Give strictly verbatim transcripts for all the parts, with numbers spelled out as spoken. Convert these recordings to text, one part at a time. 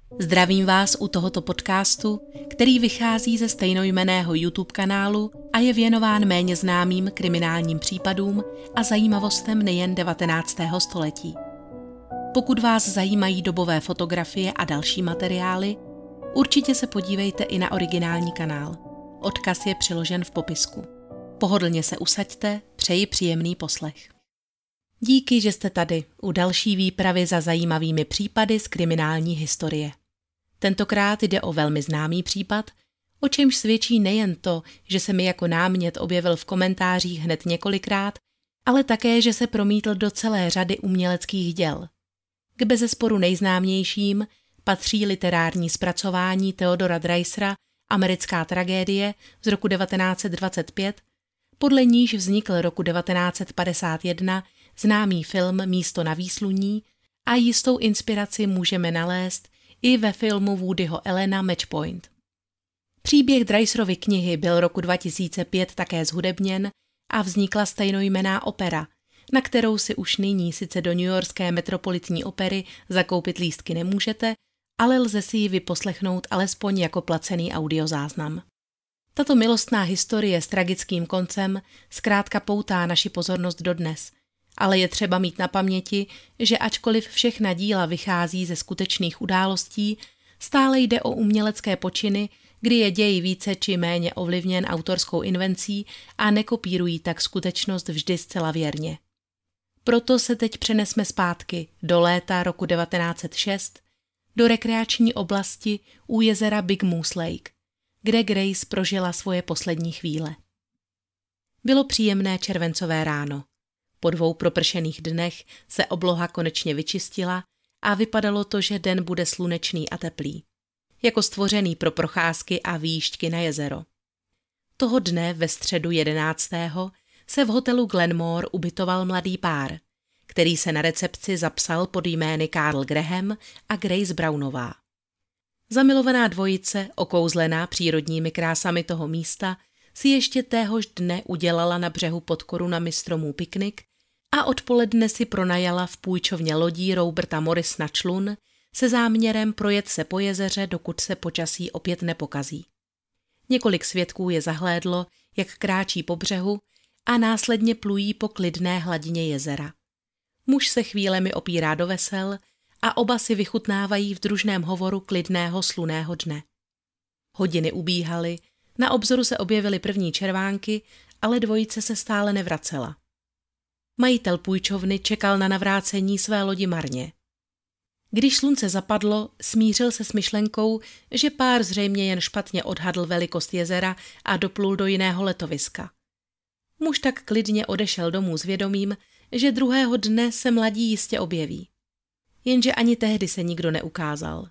Zdravím vás u tohoto podcastu, který vychází ze stejnojmenného YouTube kanálu a je věnován méně známým kriminálním případům a zajímavostem nejen devatenáctého století. Pokud vás zajímají dobové fotografie a další materiály, určitě se podívejte i na originální kanál. Odkaz je přiložen v popisku. Pohodlně se usaďte, přeji příjemný poslech. Díky, že jste tady u další výpravy za zajímavými případy z kriminální historie. Tentokrát jde o velmi známý případ, o čemž svědčí nejen to, že se mi jako námět objevil v komentářích hned několikrát, ale také, že se promítl do celé řady uměleckých děl. K bezesporu nejznámějším patří literární zpracování Theodora Dreisera Americká tragédie z roku devatenáct set dvacet pět, podle níž vznikl roku devatenáct set padesát jedna známý film Místo na výsluní a jistou inspiraci můžeme nalézt i ve filmu Woodyho Allena Match Point. Příběh Dreiserovy knihy byl roku dva tisíce pět také zhudebněn a vznikla stejnojmenná opera, na kterou si už nyní sice do newyorské metropolitní opery zakoupit lístky nemůžete, ale lze si ji vyposlechnout alespoň jako placený audiozáznam. Tato milostná historie s tragickým koncem zkrátka poutá naši pozornost dodnes, ale je třeba mít na paměti, že ačkoliv všechna díla vychází ze skutečných událostí, stále jde o umělecké počiny, kdy je děj více či méně ovlivněn autorskou invencí a nekopírují tak skutečnost vždy zcela věrně. Proto se teď přenesme zpátky do léta roku devatenáct set šest, do rekreační oblasti u jezera Big Moose Lake, kde Grace prožila svoje poslední chvíle. Bylo příjemné červencové ráno. Po dvou propršených dnech se obloha konečně vyčistila a vypadalo to, že den bude slunečný a teplý, jako stvořený pro procházky a výjížďky na jezero. Toho dne ve středu jedenáctého se v hotelu Glenmore ubytoval mladý pár, který se na recepci zapsal pod jmény Carl Graham a Grace Brownová. Zamilovaná dvojice, okouzlená přírodními krásami toho místa, si ještě téhož dne udělala na břehu pod korunami stromů piknik a odpoledne si pronajala v půjčovně lodí Roberta Morrisona člun se záměrem projet se po jezeře, dokud se počasí opět nepokazí. Několik svědků je zahlédlo, jak kráčí po břehu a následně plují po klidné hladině jezera. Muž se chvílemi opírá do vesel a oba si vychutnávají v družném hovoru klidného slunného dne. Hodiny ubíhaly, na obzoru se objevily první červánky, ale dvojice se stále nevracela. Majitel půjčovny čekal na navrácení své lodi marně. Když slunce zapadlo, smířil se s myšlenkou, že pár zřejmě jen špatně odhadl velikost jezera a doplul do jiného letoviska. Muž tak klidně odešel domů s vědomím, že druhého dne se mladí jistě objeví. Jenže ani tehdy se nikdo neukázal.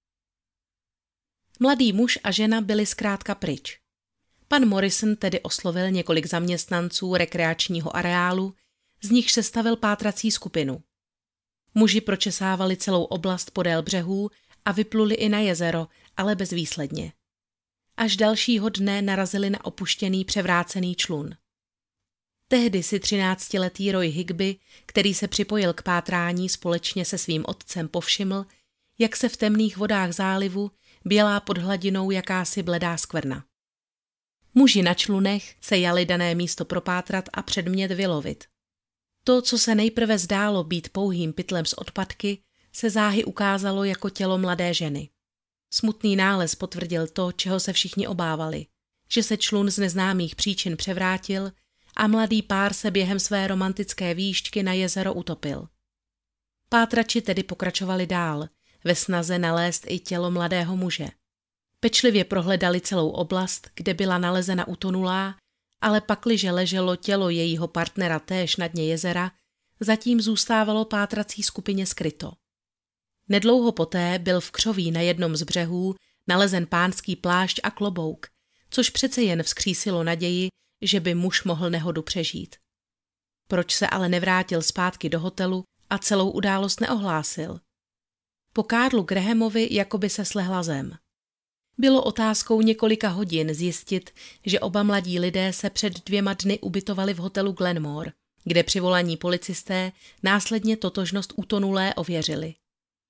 Mladý muž a žena byli zkrátka pryč. Pan Morrison tedy oslovil několik zaměstnanců rekreačního areálu, z nichž sestavil pátrací skupinu. Muži pročesávali celou oblast podél břehů a vypluli i na jezero, ale bezvýsledně. Až dalšího dne narazili na opuštěný převrácený člun. Tehdy si třináctiletý Roy Higby, který se připojil k pátrání společně se svým otcem, povšiml, jak se v temných vodách zálivu bělá pod hladinou jakási bledá skvrna. Muži na člunech se jali dané místo propátrat a předmět vylovit. To, co se nejprve zdálo být pouhým pytlem z odpadky, se záhy ukázalo jako tělo mladé ženy. Smutný nález potvrdil to, čeho se všichni obávali, že se člun z neznámých příčin převrátil a mladý pár se během své romantické výjížďky na jezero utopil. Pátrači tedy pokračovali dál, ve snaze nalézt i tělo mladého muže. Pečlivě prohledali celou oblast, kde byla nalezena utonulá, ale pakliže leželo tělo jejího partnera též na dně jezera, zatím zůstávalo pátrací skupině skryto. Nedlouho poté byl v křoví na jednom z břehů nalezen pánský plášť a klobouk, což přece jen vzkřísilo naději, že by muž mohl nehodu přežít. Proč se ale nevrátil zpátky do hotelu a celou událost neohlásil? Po Carlu Grahamovi jakoby se slehla zem. Bylo otázkou několika hodin zjistit, že oba mladí lidé se před dvěma dny ubytovali v hotelu Glenmore, kde přivolaní policisté následně totožnost utonulé ověřili.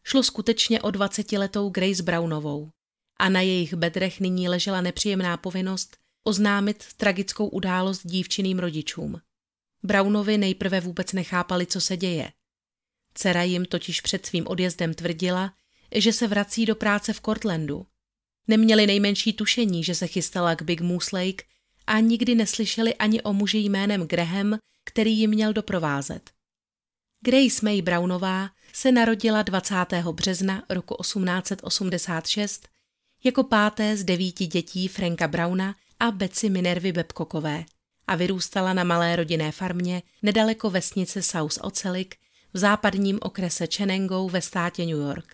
Šlo skutečně o dvacetiletou Grace Brownovou a na jejich bedrech nyní ležela nepříjemná povinnost oznámit tragickou událost dívčiným rodičům. Brownovi nejprve vůbec nechápali, co se děje. Dcera jim totiž před svým odjezdem tvrdila, že se vrací do práce v Cortlandu. Neměli nejmenší tušení, že se chystala k Big Moose Lake a nikdy neslyšeli ani o muži jménem Graham, který ji měl doprovázet. Grace May Brownová se narodila dvacátého března roku osmnáct set osmdesát šest jako páté z devíti dětí Franka Browna a Betsy Minervy Babcockové a vyrůstala na malé rodinné farmě nedaleko vesnice South Ocelik v západním okrese Chenango ve státě New York.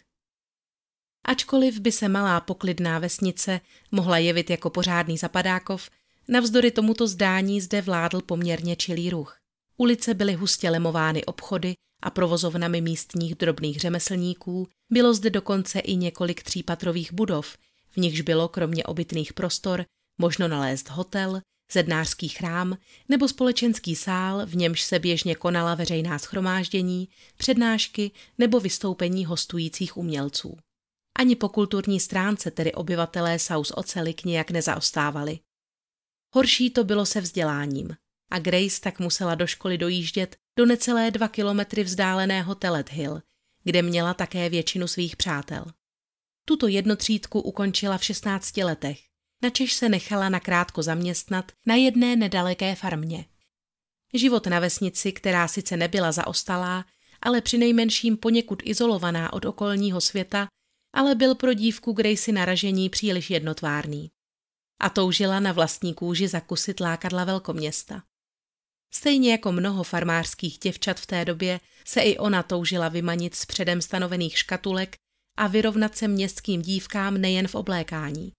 Ačkoliv by se malá poklidná vesnice mohla jevit jako pořádný zapadákov, navzdory tomuto zdání zde vládl poměrně čilý ruch. Ulice byly hustě lemovány obchody a provozovnami místních drobných řemeslníků, bylo zde dokonce i několik třípatrových budov, v nichž bylo kromě obytných prostor možno nalézt hotel, zednářský chrám nebo společenský sál, v němž se běžně konala veřejná shromáždění, přednášky nebo vystoupení hostujících umělců. Ani po kulturní stránce tedy obyvatelé South Ocelik nijak nezaostávali. Horší to bylo se vzděláním a Grace tak musela do školy dojíždět do necelé dva kilometry vzdáleného Telet Hill, kde měla také většinu svých přátel. Tuto jednotřídku ukončila v šestnácti letech, načež se nechala nakrátko zaměstnat na jedné nedaleké farmě. Život na vesnici, která sice nebyla zaostalá, ale přinejmenším poněkud izolovaná od okolního světa, ale byl pro dívku Gracie naražení příliš jednotvárný. A toužila na vlastní kůži zakusit lákadla velkoměsta. Stejně jako mnoho farmářských děvčat v té době se i ona toužila vymanit z předem stanovených škatulek a vyrovnat se městským dívkám nejen v oblékání.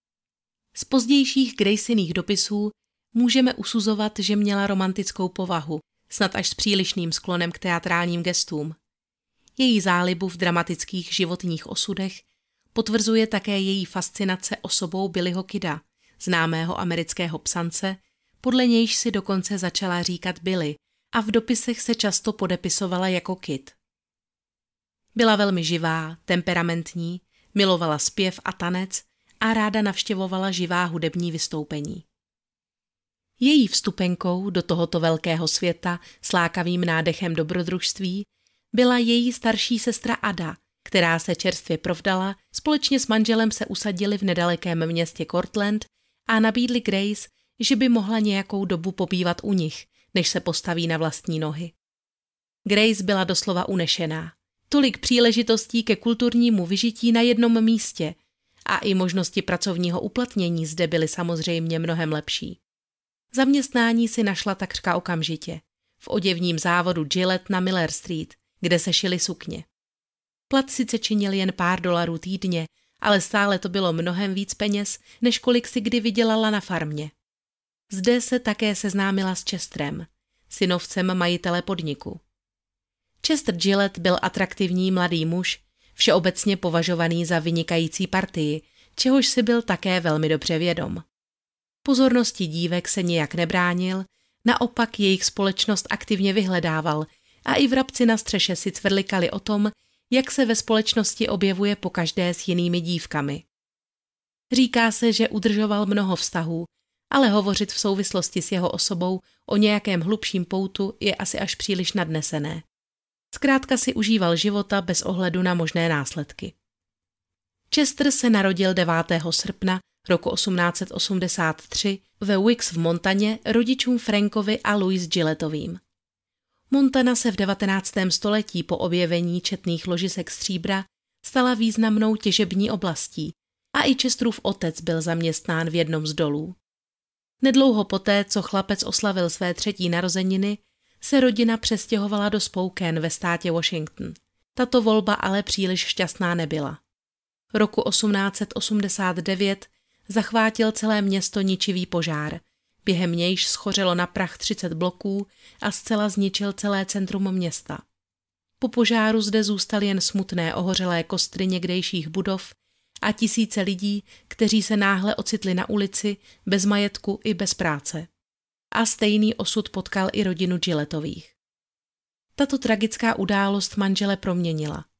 Z pozdějších Graciených dopisů můžeme usuzovat, že měla romantickou povahu, snad až s přílišným sklonem k teatrálním gestům. Její zálibu v dramatických životních osudech potvrzuje také její fascinace osobou Billyho Kida, známého amerického psance, podle nějž si dokonce začala říkat Billy a v dopisech se často podepisovala jako Kid. Byla velmi živá, temperamentní, milovala zpěv a tanec a ráda navštěvovala živá hudební vystoupení. Její vstupenkou do tohoto velkého světa s lákavým nádechem dobrodružství byla její starší sestra Ada, která se čerstvě provdala, společně s manželem se usadili v nedalekém městě Cortland a nabídli Grace, že by mohla nějakou dobu pobývat u nich, než se postaví na vlastní nohy. Grace byla doslova unešená. Tolik příležitostí ke kulturnímu vyžití na jednom místě a i možnosti pracovního uplatnění zde byly samozřejmě mnohem lepší. Zaměstnání si našla takřka okamžitě, v oděvním závodu Gillette na Miller Street, kde se šily sukně. Plat sice činil jen pár dolarů týdně, ale stále to bylo mnohem víc peněz, než kolik si kdy vydělala na farmě. Zde se také seznámila s Chesterem, synovcem majitele podniku. Chester Gillette byl atraktivní mladý muž, všeobecně považovaný za vynikající partii, čehož si byl také velmi dobře vědom. Pozornosti dívek se nijak nebránil, naopak jejich společnost aktivně vyhledával a i vrabci na střeše si cvrlikali o tom, jak se ve společnosti objevuje pokaždé s jinými dívkami. Říká se, že udržoval mnoho vztahů, ale hovořit v souvislosti s jeho osobou o nějakém hlubším poutu je asi až příliš nadnesené. Zkrátka si užíval života bez ohledu na možné následky. Chester se narodil devátého srpna roku osmnáct set osmdesát tři ve Wicks v Montaně rodičům Frankovi a Louise Gillettovým. Montana se v devatenáctém století po objevení četných ložisek stříbra stala významnou těžební oblastí a i Chesterův otec byl zaměstnán v jednom z dolů. Nedlouho poté, co chlapec oslavil své třetí narozeniny, se rodina přestěhovala do Spokane ve státě Washington. Tato volba ale příliš šťastná nebyla. Roku osmnáct set osmdesát devět zachvátil celé město ničivý požár, během nějž schořelo na prach třicet bloků a zcela zničil celé centrum města. Po požáru zde zůstaly jen smutné ohořelé kostry někdejších budov a tisíce lidí, kteří se náhle ocitli na ulici, bez majetku i bez práce. A stejný osud potkal i rodinu Gillettových. Tato tragická událost manžele proměnila.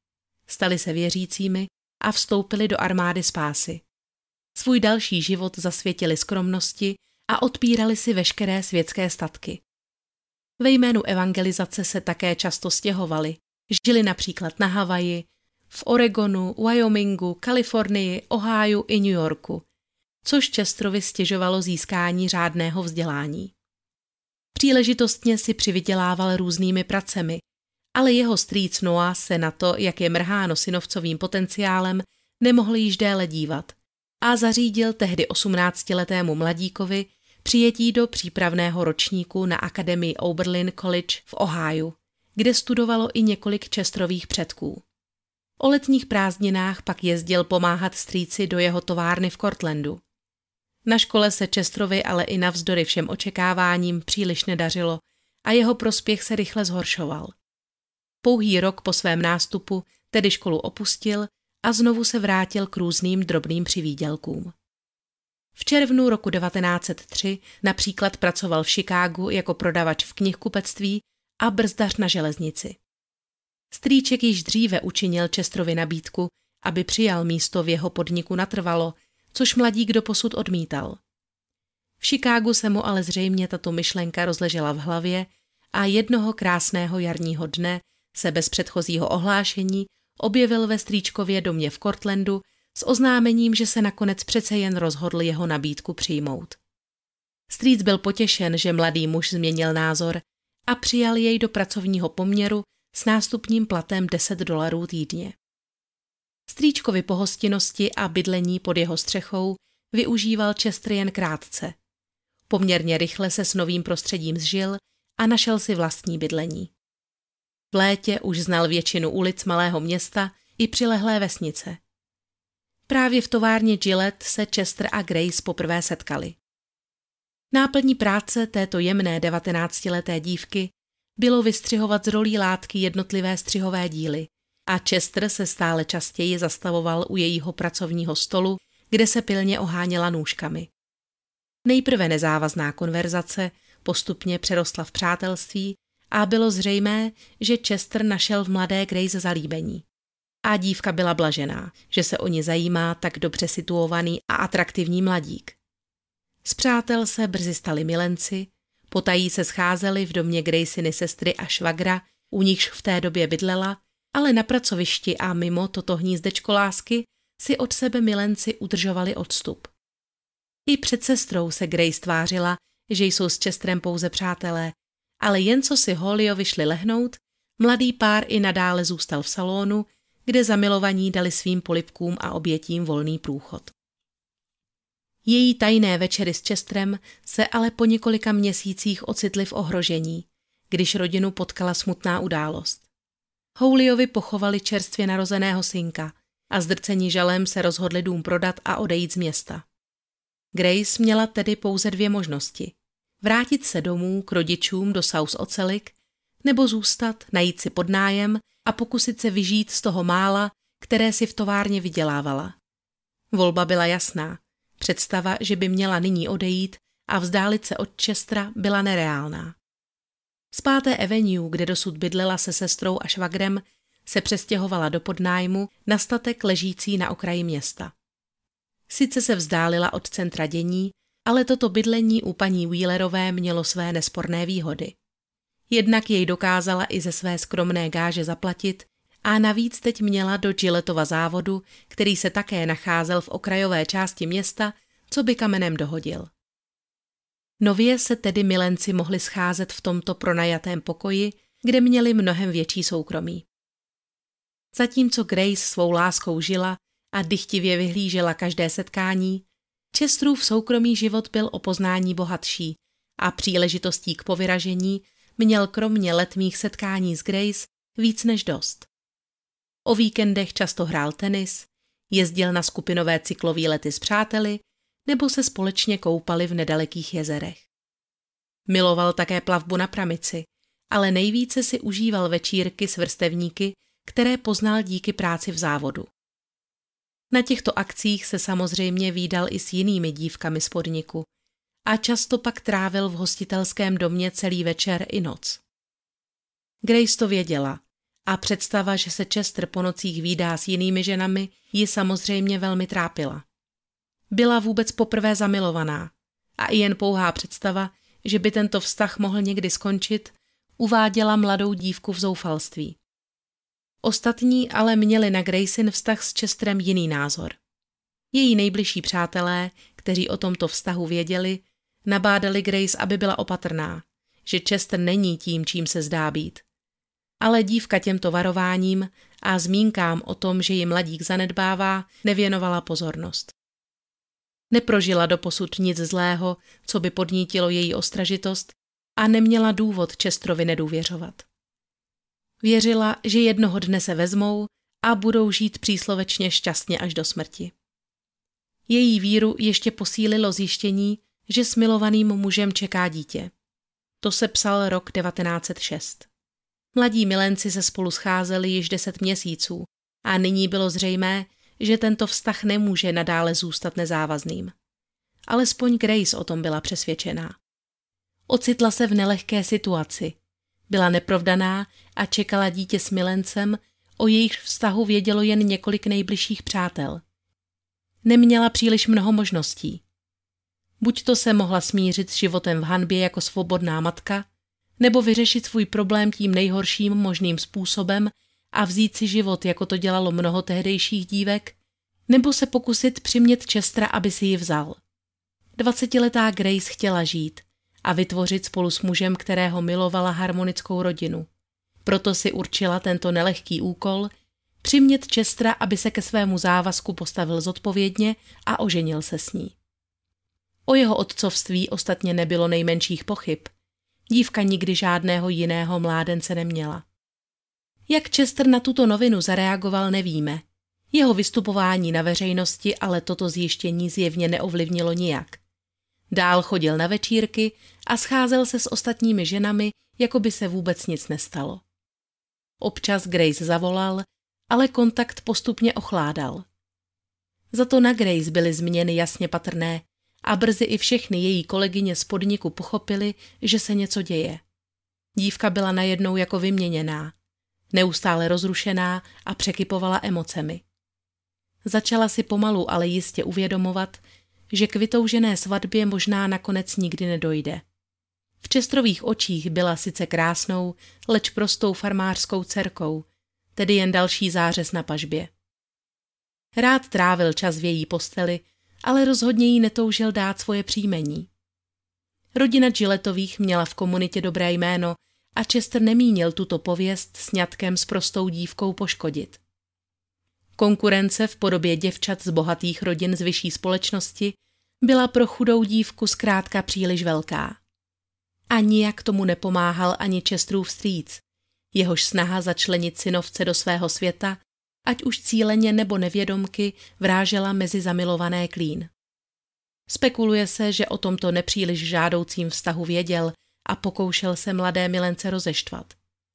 stali se věřícími a vstoupili do armády spásy. Svůj další život zasvětili skromnosti a odpírali si veškeré světské statky. Ve jménu evangelizace se také často stěhovali. Žili například na Havaji, v Oregonu, Wyomingu, Kalifornii, Ohiu i New Yorku, což Chesterovi stěžovalo získání řádného vzdělání. Příležitostně si přivydělával různými pracemi, ale jeho strýc Noah se na to, jak je mrháno synovcovým potenciálem, nemohl již déle dívat a zařídil tehdy osmnáctiletému mladíkovi přijetí do přípravného ročníku na akademii Oberlin College v Ohiu, kde studovalo i několik Chesterových předků. O letních prázdninách pak jezdil pomáhat strýci do jeho továrny v Cortlandu. Na škole se Chesterovi ale i navzdory všem očekáváním příliš nedařilo a jeho prospěch se rychle zhoršoval. Pouhý rok po svém nástupu tedy školu opustil a znovu se vrátil k různým drobným přivýdělkům. V červnu roku devatenáct set tři například pracoval v Chicagu jako prodavač v knihkupectví a brzdař na železnici. Strýček již dříve učinil Chesterovi nabídku, aby přijal místo v jeho podniku natrvalo, což mladík doposud odmítal. V Chicagu se mu ale zřejmě tato myšlenka rozležela v hlavě a jednoho krásného jarního dne se bez předchozího ohlášení objevil ve strýčkově domě v Cortlandu s oznámením, že se nakonec přece jen rozhodl jeho nabídku přijmout. Strýc byl potěšen, že mladý muž změnil názor a přijal jej do pracovního poměru s nástupním platem deset dolarů týdně. Strýčkovi pohostinnosti a bydlení pod jeho střechou využíval Chester jen krátce. Poměrně rychle se s novým prostředím zžil a našel si vlastní bydlení. V létě už znal většinu ulic malého města i přilehlé vesnice. Právě v továrně Gillette se Chester a Grace poprvé setkali. Náplní práce této jemné devatenáctileté dívky bylo vystřihovat z rolí látky jednotlivé střihové díly a Chester se stále častěji zastavoval u jejího pracovního stolu, kde se pilně oháněla nůžkami. Nejprve nezávazná konverzace postupně přerostla v přátelství a bylo zřejmé, že Chester našel v mladé Grace zalíbení. A dívka byla blažená, že se o ni zajímá tak dobře situovaný a atraktivní mladík. Z přátel se brzy stali milenci, potají se scházeli v domě Graciny sestry a švagra, u nichž v té době bydlela, ale na pracovišti a mimo toto hnízdečko lásky si od sebe milenci udržovali odstup. I před sestrou se Grace tvářila, že jsou s Chesterem pouze přátelé, ale jen co si Hollyovi šli lehnout, mladý pár i nadále zůstal v salonu, kde zamilovaní dali svým polibkům a obětím volný průchod. Její tajné večery s Chesterem se ale po několika měsících ocitly v ohrožení, když rodinu potkala smutná událost. Hollyovi pochovali čerstvě narozeného synka a zdrceni žalem se rozhodli dům prodat a odejít z města. Grace měla tedy pouze dvě možnosti. Vrátit se domů k rodičům do South Ocelik nebo zůstat, najít si podnájem a pokusit se vyžít z toho mála, které si v továrně vydělávala. Volba byla jasná. Představa, že by měla nyní odejít a vzdálit se od Chestera, byla nereálná. Z páté Avenue, kde dosud bydlela se sestrou a švagrem, se přestěhovala do podnájmu na statek ležící na okraji města. Sice se vzdálila od centra dění, ale toto bydlení u paní Wheelerové mělo své nesporné výhody. Jednak jej dokázala i ze své skromné gáže zaplatit a navíc teď měla do Gillettova závodu, který se také nacházel v okrajové části města, co by kamenem dohodil. Nově se tedy milenci mohli scházet v tomto pronajatém pokoji, kde měli mnohem větší soukromí. Zatímco Grace svou láskou žila a dychtivě vyhlížela každé setkání, Chesterův soukromý život byl o poznání bohatší a příležitostí k povyražení měl kromě letmých setkání s Grace víc než dost. O víkendech často hrál tenis, jezdil na skupinové cyklové lety s přáteli nebo se společně koupali v nedalekých jezerech. Miloval také plavbu na pramici, ale nejvíce si užíval večírky s vrstevníky, které poznal díky práci v závodu. Na těchto akcích se samozřejmě vídal i s jinými dívkami z podniku a často pak trávil v hostitelském domě celý večer i noc. Grace to věděla a představa, že se Chester po nocích vídá s jinými ženami, ji samozřejmě velmi trápila. Byla vůbec poprvé zamilovaná a i jen pouhá představa, že by tento vztah mohl někdy skončit, uváděla mladou dívku v zoufalství. Ostatní ale měli na Gracein vztah s Chesterem jiný názor. Její nejbližší přátelé, kteří o tomto vztahu věděli, nabádali Grace, aby byla opatrná, že Chester není tím, čím se zdá být. Ale dívka těmto varováním a zmínkám o tom, že ji mladík zanedbává, nevěnovala pozornost. Neprožila doposud nic zlého, co by podnítilo její ostražitost, a neměla důvod Chesterovi nedůvěřovat. Věřila, že jednoho dne se vezmou a budou žít příslovečně šťastně až do smrti. Její víru ještě posílilo zjištění, že s milovaným mužem čeká dítě. To se psal rok devatenáct set šest. Mladí milenci se spolu scházeli již deset měsíců a nyní bylo zřejmé, že tento vztah nemůže nadále zůstat nezávazným. Alespoň Grace o tom byla přesvědčená. Ocitla se v nelehké situaci. Byla neprovdaná a čekala dítě s milencem, o jejich vztahu vědělo jen několik nejbližších přátel. Neměla příliš mnoho možností. Buď to se mohla smířit s životem v hanbě jako svobodná matka, nebo vyřešit svůj problém tím nejhorším možným způsobem a vzít si život, jako to dělalo mnoho tehdejších dívek, nebo se pokusit přimět Chestera, aby si ji vzal. Dvacetiletá Grace chtěla žít a vytvořit spolu s mužem, kterého milovala, harmonickou rodinu. Proto si určila tento nelehký úkol přimět Chestera, aby se ke svému závazku postavil zodpovědně a oženil se s ní. O jeho otcovství ostatně nebylo nejmenších pochyb. Dívka nikdy žádného jiného mládence neměla. Jak Chester na tuto novinu zareagoval, nevíme. Jeho vystupování na veřejnosti ale toto zjištění zjevně neovlivnilo nijak. Dál chodil na večírky a scházel se s ostatními ženami, jako by se vůbec nic nestalo. Občas Grace zavolal, ale kontakt postupně ochládal. Za to na Grace byly změny jasně patrné a brzy i všechny její kolegyně z podniku pochopily, že se něco děje. Dívka byla najednou jako vyměněná, neustále rozrušená a překypovala emocemi. Začala si pomalu, ale jistě uvědomovat, že k vytoužené svatbě možná nakonec nikdy nedojde. V Chesterových očích byla sice krásnou, leč prostou farmářskou dcerkou, tedy jen další zářez na pažbě. Rád trávil čas v její posteli, ale rozhodně jí netoužil dát svoje příjmení. Rodina Gillettových měla v komunitě dobré jméno a Chester nemínil tuto pověst sňatkem s prostou dívkou poškodit. Konkurence v podobě děvčat z bohatých rodin z vyšší společnosti byla pro chudou dívku zkrátka příliš velká. A nijak tomu nepomáhal ani Chesterův strýc, jehož snaha začlenit synovce do svého světa, ať už cíleně nebo nevědomky, vrážela mezi zamilované klín. Spekuluje se, že o tomto nepříliš žádoucím vztahu věděl a pokoušel se mladé milence rozeštvat.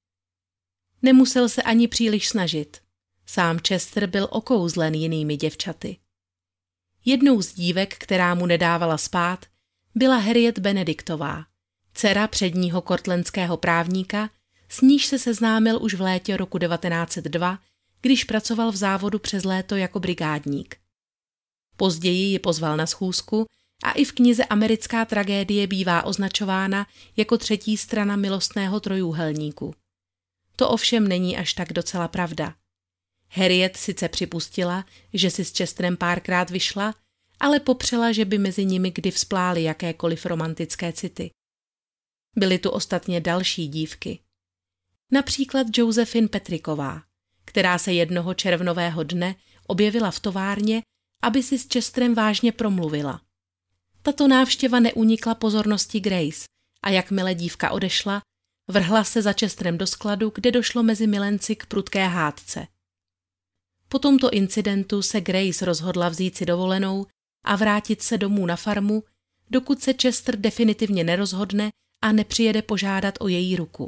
Nemusel se ani příliš snažit. Sám Chester byl okouzlen jinými děvčaty. Jednou z dívek, která mu nedávala spát, byla Harriet Benediktová, dcera předního kortlandského právníka, s níž se seznámil už v létě roku devatenáct set dva, když pracoval v závodu přes léto jako brigádník. Později ji pozval na schůzku a i v knize Americká tragédie bývá označována jako třetí strana milostného trojúhelníku. To ovšem není až tak docela pravda. Harriet sice připustila, že si s Chesterem párkrát vyšla, ale popřela, že by mezi nimi kdy vzplály jakékoliv romantické city. Byly tu ostatně další dívky. Například Josephine Petricková, která se jednoho červnového dne objevila v továrně, aby si s Chesterem vážně promluvila. Tato návštěva neunikla pozornosti Grace a jakmile dívka odešla, vrhla se za Chesterem do skladu, kde došlo mezi milenci k prudké hádce. Po tomto incidentu se Grace rozhodla vzít si dovolenou a vrátit se domů na farmu, dokud se Chester definitivně nerozhodne a nepřijede požádat o její ruku.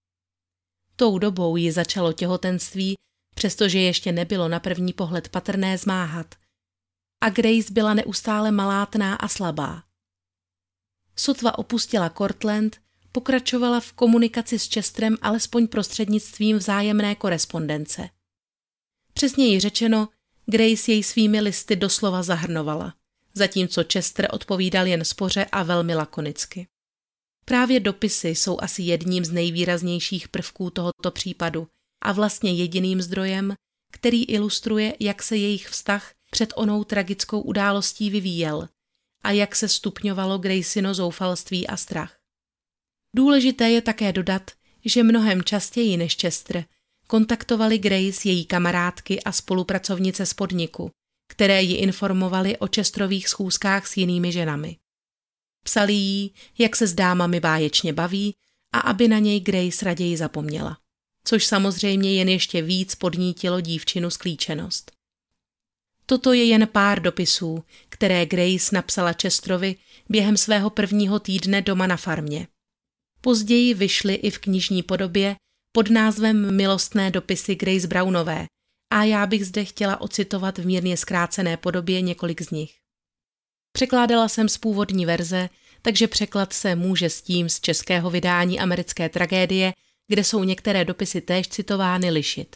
Tou dobou ji začalo těhotenství, přestože ještě nebylo na první pohled patrné, zmáhat. A Grace byla neustále malátná a slabá. Sotva opustila Cortland, pokračovala v komunikaci s Chesterem alespoň prostřednictvím vzájemné korespondence. Přesněji řečeno, Grace jej svými listy doslova zahrnovala, zatímco Chester odpovídal jen spoře a velmi lakonicky. Právě dopisy jsou asi jedním z nejvýraznějších prvků tohoto případu a vlastně jediným zdrojem, který ilustruje, jak se jejich vztah před onou tragickou událostí vyvíjel a jak se stupňovalo Gracino zoufalství a strach. Důležité je také dodat, že mnohem častěji než Chester kontaktovali Grace její kamarádky a spolupracovnice z podniku, které ji informovaly o Chesterových schůzkách s jinými ženami. Psali jí, jak se s dámami báječně baví a aby na něj Grace raději zapomněla, což samozřejmě jen ještě víc podnítilo dívčinu sklíčenost. Toto je jen pár dopisů, které Grace napsala Chesterovi během svého prvního týdne doma na farmě. Později vyšly i v knižní podobě pod názvem Milostné dopisy Grace Brownové a já bych zde chtěla ocitovat v mírně zkrácené podobě několik z nich. Překládala jsem z původní verze, takže překlad se může s tím z českého vydání Americké tragédie, kde jsou některé dopisy též citovány, lišit.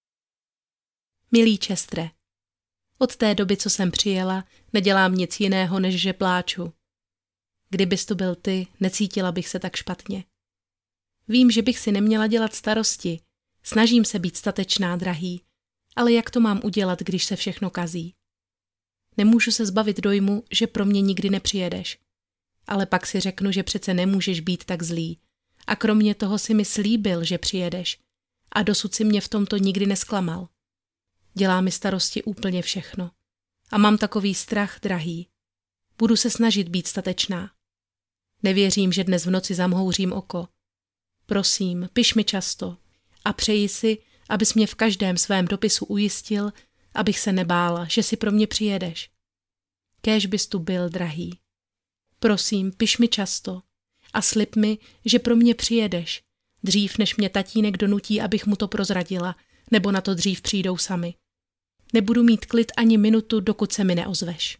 Milý Chestere, od té doby, co jsem přijela, nedělám nic jiného, než že pláču. Kdybys tu byl ty, necítila bych se tak špatně. Vím, že bych si neměla dělat starosti, snažím se být statečná, drahý, ale jak to mám udělat, když se všechno kazí? Nemůžu se zbavit dojmu, že pro mě nikdy nepřijedeš. Ale pak si řeknu, že přece nemůžeš být tak zlý. A kromě toho si mi slíbil, že přijedeš. A dosud si mě v tomto nikdy nesklamal. Dělá mi starosti úplně všechno. A mám takový strach, drahý. Budu se snažit být statečná. Nevěřím, že dnes v noci zamhouřím oko. Prosím, piš mi často. A přeji si, abys mě v každém svém dopisu ujistil, abych se nebála, že si pro mě přijedeš. Kéž bys tu byl, drahý. Prosím, piš mi často a slib mi, že pro mě přijedeš, dřív než mě tatínek donutí, abych mu to prozradila, nebo na to dřív přijdou sami. Nebudu mít klid ani minutu, dokud se mi neozveš.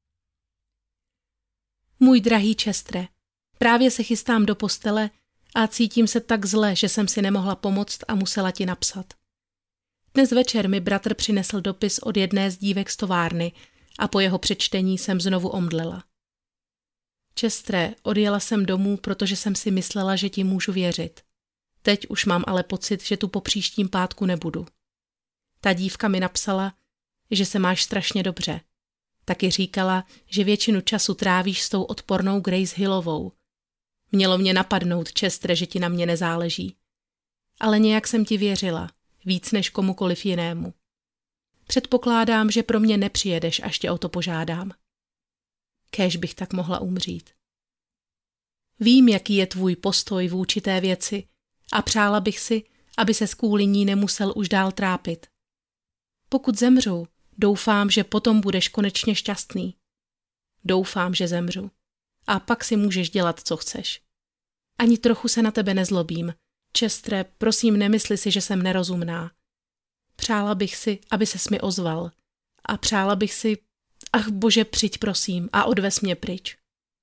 Můj drahý Chestere, právě se chystám do postele a cítím se tak zle, že jsem si nemohla pomoct a musela ti napsat. Dnes večer mi bratr přinesl dopis od jedné z dívek z továrny a po jeho přečtení jsem znovu omdlela. Chestere, odjela jsem domů, protože jsem si myslela, že ti můžu věřit. Teď už mám ale pocit, že tu po příštím pátku nebudu. Ta dívka mi napsala, že se máš strašně dobře. Taky říkala, že většinu času trávíš s tou odpornou Grace Hillovou. Mělo mě napadnout, Chestere, že ti na mě nezáleží. Ale nějak jsem ti věřila, víc než komukoliv jinému. Předpokládám, že pro mě nepřijedeš, až tě o to požádám. Kéž bych tak mohla umřít. Vím, jaký je tvůj postoj vůči té věci a přála bych si, aby se kvůli ní nemusel už dál trápit. Pokud zemřu, doufám, že potom budeš konečně šťastný. Doufám, že zemřu. A pak si můžeš dělat, co chceš. Ani trochu se na tebe nezlobím. Chestere, prosím, nemysli si, že jsem nerozumná. Přála bych si, aby ses mi ozval. A přála bych si, ach bože, přijď prosím a odvez mě pryč.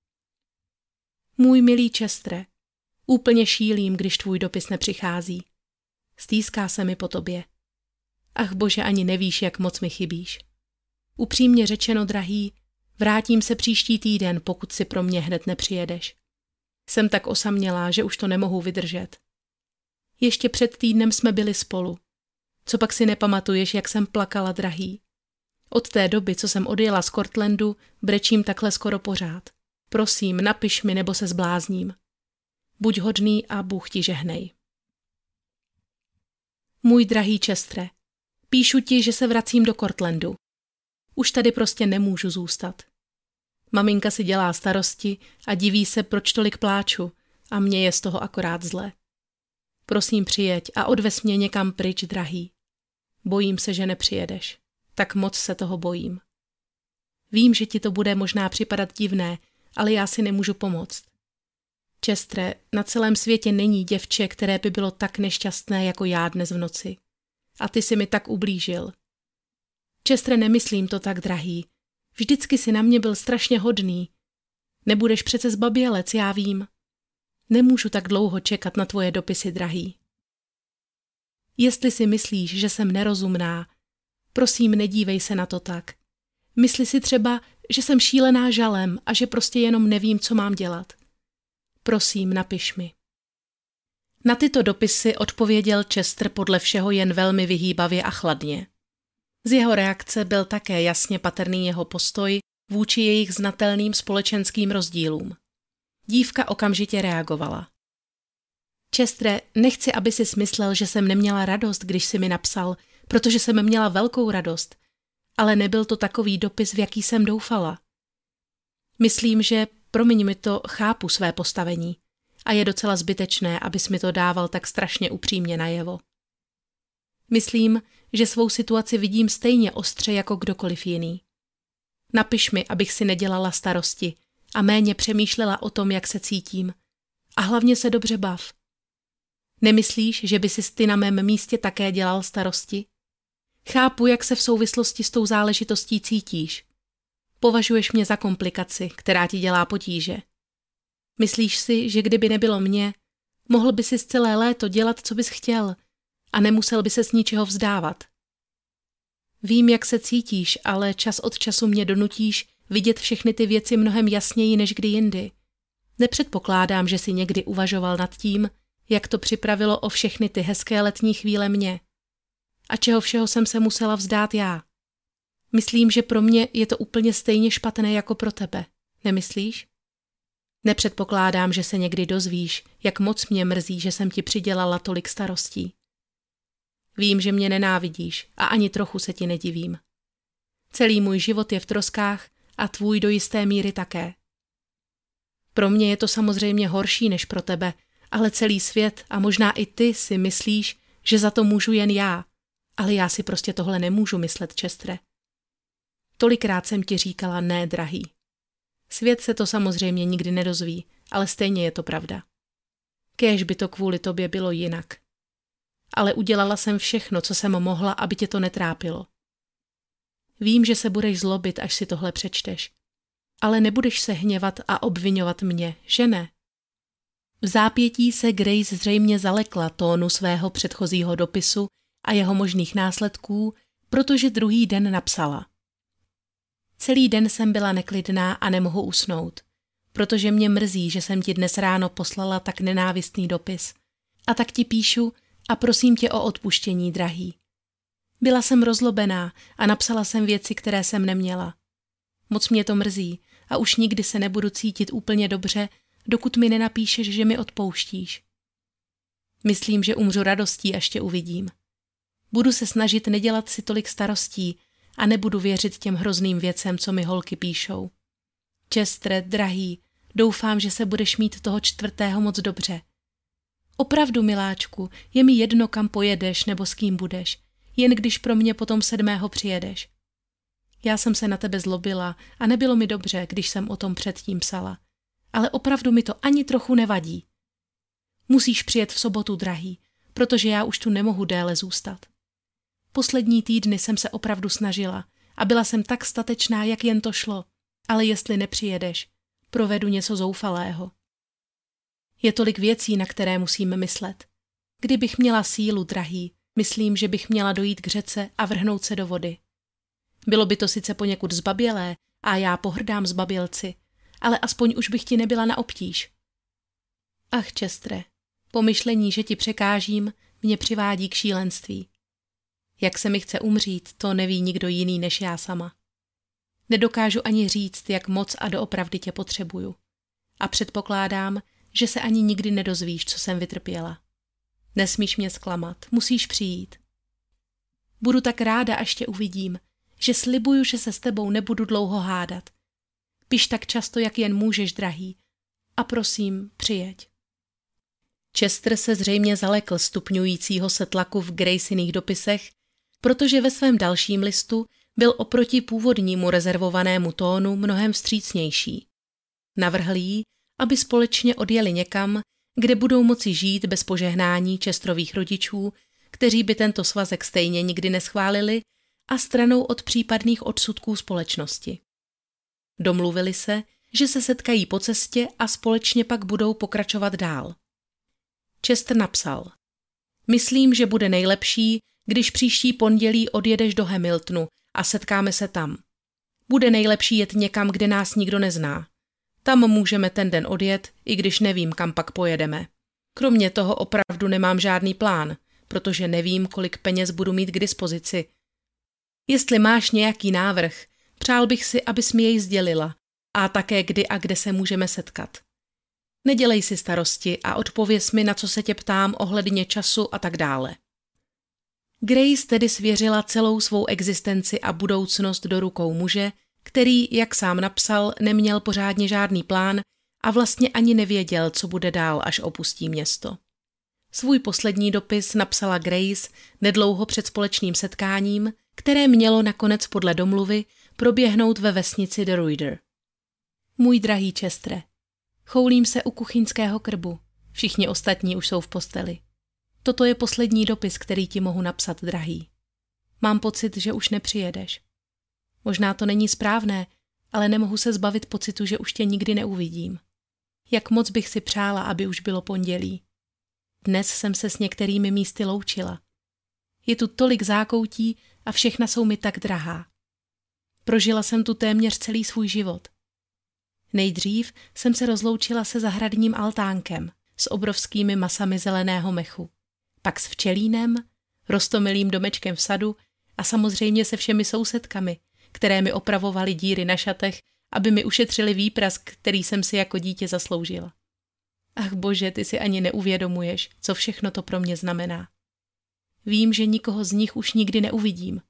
Můj milý Chestere, úplně šílím, když tvůj dopis nepřichází. Stýská se mi po tobě. Ach bože, ani nevíš, jak moc mi chybíš. Upřímně řečeno, drahý, vrátím se příští týden, pokud si pro mě hned nepřijedeš. Jsem tak osamělá, že už to nemohu vydržet. Ještě před týdnem jsme byli spolu. Co pak si nepamatuješ, jak jsem plakala, drahý? Od té doby, co jsem odjela z Cortlandu, brečím takhle skoro pořád. Prosím, napiš mi, nebo se zblázním. Buď hodný a Bůh ti žehnej. Můj drahý Chestere, píšu ti, že se vracím do Cortlandu. Už tady prostě nemůžu zůstat. Maminka si dělá starosti a diví se, proč tolik pláču, a mně je z toho akorát zle. Prosím, přijeď a odvez mě někam pryč, drahý. Bojím se, že nepřijedeš. Tak moc se toho bojím. Vím, že ti to bude možná připadat divné, ale já si nemůžu pomoct. Chestere, na celém světě není děvče, které by bylo tak nešťastné jako já dnes v noci. A ty si mi tak ublížil. Chestere, nemyslím to tak, drahý. Vždycky si na mě byl strašně hodný. Nebudeš přece zbabělec, já vím. Nemůžu tak dlouho čekat na tvoje dopisy, drahý. Jestli si myslíš, že jsem nerozumná, prosím, nedívej se na to tak. Mysli si třeba, že jsem šílená žalem a že prostě jenom nevím, co mám dělat. Prosím, napiš mi. Na tyto dopisy odpověděl Chester podle všeho jen velmi vyhýbavě a chladně. Z jeho reakce byl také jasně patrný jeho postoj vůči jejich znatelným společenským rozdílům. Dívka okamžitě reagovala. Chestere, nechci, aby si smyslel, že jsem neměla radost, když si mi napsal, protože jsem měla velkou radost, ale nebyl to takový dopis, v jaký jsem doufala. Myslím, že, promiň mi to, chápu své postavení a je docela zbytečné, abys mi to dával tak strašně upřímně najevo. Myslím, že svou situaci vidím stejně ostře jako kdokoliv jiný. Napiš mi, abych si nedělala starosti a méně přemýšlela o tom, jak se cítím. A hlavně se dobře bav. Nemyslíš, že by si ty na mém místě také dělal starosti? Chápu, jak se v souvislosti s tou záležitostí cítíš. Považuješ mě za komplikaci, která ti dělá potíže. Myslíš si, že kdyby nebylo mě, mohl by si celé léto dělat, co bys chtěl a nemusel by se s ničeho vzdávat. Vím, jak se cítíš, ale čas od času mě donutíš vidět všechny ty věci mnohem jasněji než kdy jindy. Nepředpokládám, že si někdy uvažoval nad tím, jak to připravilo o všechny ty hezké letní chvíle mě. A čeho všeho jsem se musela vzdát já. Myslím, že pro mě je to úplně stejně špatné jako pro tebe. Nemyslíš? Nepředpokládám, že se někdy dozvíš, jak moc mě mrzí, že jsem ti přidělala tolik starostí. Vím, že mě nenávidíš a ani trochu se ti nedivím. Celý můj život je v troskách a tvůj do jisté míry také. Pro mě je to samozřejmě horší než pro tebe, ale celý svět a možná i ty si myslíš, že za to můžu jen já, ale já si prostě tohle nemůžu myslet, Chestere. Tolikrát jsem ti říkala ne, drahý. Svět se to samozřejmě nikdy nedozví, ale stejně je to pravda. Kéž by to kvůli tobě bylo jinak. Ale udělala jsem všechno, co jsem mohla, aby tě to netrápilo. Vím, že se budeš zlobit, až si tohle přečteš. Ale nebudeš se hněvat a obvinovat mě, že ne? V zápětí se Grace zřejmě zalekla tónu svého předchozího dopisu a jeho možných následků, protože druhý den napsala. Celý den jsem byla neklidná a nemohu usnout, protože mě mrzí, že jsem ti dnes ráno poslala tak nenávistný dopis. A tak ti píšu a prosím tě o odpuštění, drahý. Byla jsem rozlobená a napsala jsem věci, které jsem neměla. Moc mě to mrzí a už nikdy se nebudu cítit úplně dobře, dokud mi nenapíšeš, že mi odpouštíš. Myslím, že umřu radostí, až tě uvidím. Budu se snažit nedělat si tolik starostí a nebudu věřit těm hrozným věcem, co mi holky píšou. Chestere, drahý, doufám, že se budeš mít toho čtvrtého moc dobře. Opravdu, miláčku, je mi jedno, kam pojedeš nebo s kým budeš, jen když pro mě potom sedmého přijedeš. Já jsem se na tebe zlobila a nebylo mi dobře, když jsem o tom předtím psala. Ale opravdu mi to ani trochu nevadí. Musíš přijet v sobotu, drahý, protože já už tu nemohu déle zůstat. Poslední týdny jsem se opravdu snažila a byla jsem tak statečná, jak jen to šlo, ale jestli nepřijedeš, provedu něco zoufalého. Je tolik věcí, na které musím myslet. Kdybych měla sílu, drahý, myslím, že bych měla dojít k řece a vrhnout se do vody. Bylo by to sice poněkud zbabělé a já pohrdám zbabělci, ale aspoň už bych ti nebyla na obtíž. Ach, Chestere, pomyšlení, že ti překážím, mě přivádí k šílenství. Jak se mi chce umřít, to neví nikdo jiný než já sama. Nedokážu ani říct, jak moc a doopravdy tě potřebuju. A předpokládám, že se ani nikdy nedozvíš, co jsem vytrpěla. Nesmíš mě zklamat, musíš přijít. Budu tak ráda, až tě uvidím, že slibuju, že se s tebou nebudu dlouho hádat. Piš tak často, jak jen můžeš, drahý. A prosím, přijeď. Chester se zřejmě zalekl stupňujícího se tlaku v Graceyiných dopisech, protože ve svém dalším listu byl oproti původnímu rezervovanému tónu mnohem vstřícnější. Navrhl jí, aby společně odjeli někam, kde budou moci žít bez požehnání Chesterových rodičů, kteří by tento svazek stejně nikdy neschválili, a stranou od případných odsudků společnosti. Domluvili se, že se setkají po cestě a společně pak budou pokračovat dál. Chester napsal: Myslím, že bude nejlepší, když příští pondělí odjedeš do Hamiltonu a setkáme se tam. Bude nejlepší jet někam, kde nás nikdo nezná. Tam můžeme ten den odjet, i když nevím, kam pak pojedeme. Kromě toho opravdu nemám žádný plán, protože nevím, kolik peněz budu mít k dispozici. Jestli máš nějaký návrh, přál bych si, abys mi jej sdělila a také kdy a kde se můžeme setkat. Nedělej si starosti a odpověz mi, na co se tě ptám ohledně času a tak dále. Grace tedy svěřila celou svou existenci a budoucnost do rukou muže, který, jak sám napsal, neměl pořádně žádný plán a vlastně ani nevěděl, co bude dál, až opustí město. Svůj poslední dopis napsala Grace nedlouho před společným setkáním, které mělo nakonec podle domluvy proběhnout ve vesnici de Ruyter. Můj drahý Chestere, choulím se u kuchyňského krbu. Všichni ostatní už jsou v posteli. Toto je poslední dopis, který ti mohu napsat, drahý. Mám pocit, že už nepřijedeš. Možná to není správné, ale nemohu se zbavit pocitu, že už tě nikdy neuvidím. Jak moc bych si přála, aby už bylo pondělí. Dnes jsem se s některými místy loučila. Je tu tolik zákoutí a všechna jsou mi tak drahá. Prožila jsem tu téměř celý svůj život. Nejdřív jsem se rozloučila se zahradním altánkem s obrovskými masami zeleného mechu, pak s včelínem, roztomilým domečkem v sadu a samozřejmě se všemi sousedkami, které mi opravovaly díry na šatech, aby mi ušetřili výprask, který jsem si jako dítě zasloužila. Ach bože, ty si ani neuvědomuješ, co všechno to pro mě znamená. Vím, že nikoho z nich už nikdy neuvidím.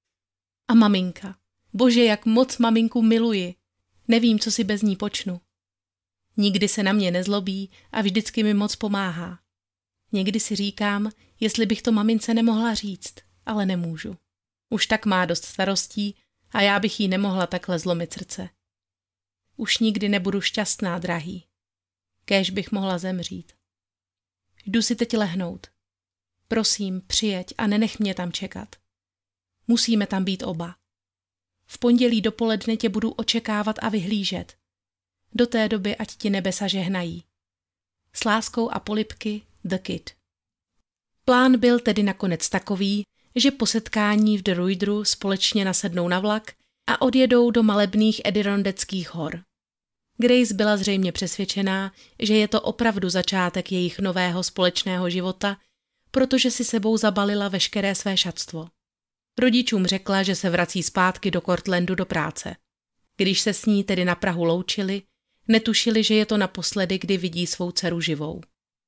A maminka. Bože, jak moc maminku miluji. Nevím, co si bez ní počnu. Nikdy se na mě nezlobí a vždycky mi moc pomáhá. Někdy si říkám, jestli bych to mamince nemohla říct, ale nemůžu. Už tak má dost starostí a já bych jí nemohla takhle zlomit srdce. Už nikdy nebudu šťastná, drahý. Kéž bych mohla zemřít. Jdu si teď lehnout. Prosím, přijeď a nenech mě tam čekat. Musíme tam být oba. V pondělí dopoledne tě budu očekávat a vyhlížet. Do té doby ať ti nebesa žehnají. S láskou a polibky, The Kid. Plán byl tedy nakonec takový, že po setkání v de Ruyteru společně nasednou na vlak a odjedou do malebných Edirondeckých hor. Grace byla zřejmě přesvědčená, že je to opravdu začátek jejich nového společného života, protože si sebou zabalila veškeré své šatstvo. Rodičům řekla, že se vrací zpátky do Cortlandu do práce. Když se s ní tedy na prahu loučili, netušili, že je to naposledy, kdy vidí svou dceru živou.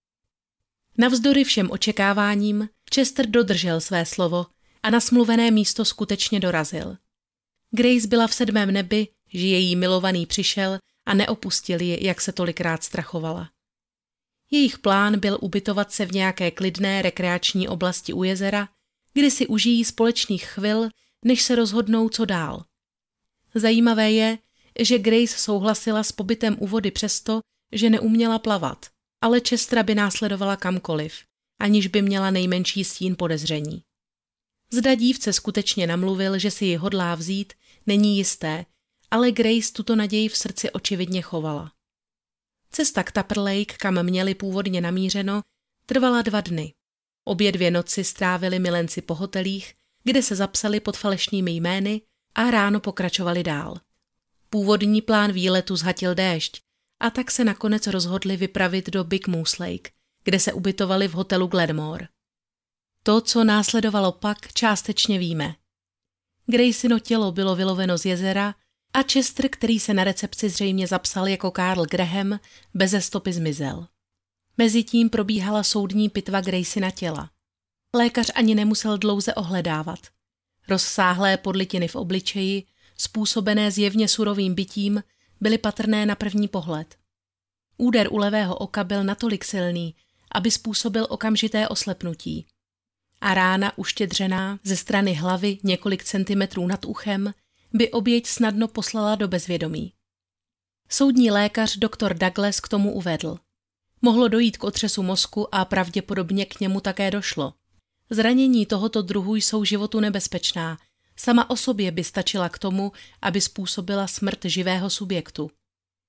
Navzdory všem očekáváním, Chester dodržel své slovo a na smluvené místo skutečně dorazil. Grace byla v sedmém nebi, že její milovaný přišel a neopustil ji, jak se tolikrát strachovala. Jejich plán byl ubytovat se v nějaké klidné rekreační oblasti u jezera, kdy si užijí společných chvil, než se rozhodnou, co dál. Zajímavé je, že Grace souhlasila s pobytem u vody přesto, že neuměla plavat, ale Chestera by následovala kamkoliv, aniž by měla nejmenší stín podezření. Zda dívce skutečně namluvil, že si ji hodlá vzít, není jisté, ale Grace tuto naději v srdci očividně chovala. Cesta k Tupper Lake, kam měli původně namířeno, trvala dva dny. Obě dvě noci strávili milenci po hotelích, kde se zapsali pod falešnými jmény a ráno pokračovali dál. Původní plán výletu zhatil déšť a tak se nakonec rozhodli vypravit do Big Moose Lake, kde se ubytovali v hotelu Glenmore. To, co následovalo pak, částečně víme. Gracino tělo bylo vyloveno z jezera a Chester, který se na recepci zřejmě zapsal jako Karl Graham, beze stopy zmizel. Mezitím probíhala soudní pitva Gracina těla. Lékař ani nemusel dlouze ohledávat. Rozsáhlé podlitiny v obličeji, způsobené zjevně surovým bytím, byly patrné na první pohled. Úder u levého oka byl natolik silný, aby způsobil okamžité oslepnutí. A rána uštědřená ze strany hlavy několik centimetrů nad uchem by oběť snadno poslala do bezvědomí. Soudní lékař doktor Douglas k tomu uvedl. Mohlo dojít k otřesu mozku a pravděpodobně k němu také došlo. Zranění tohoto druhu jsou životu nebezpečná. Sama o sobě by stačila k tomu, aby způsobila smrt živého subjektu.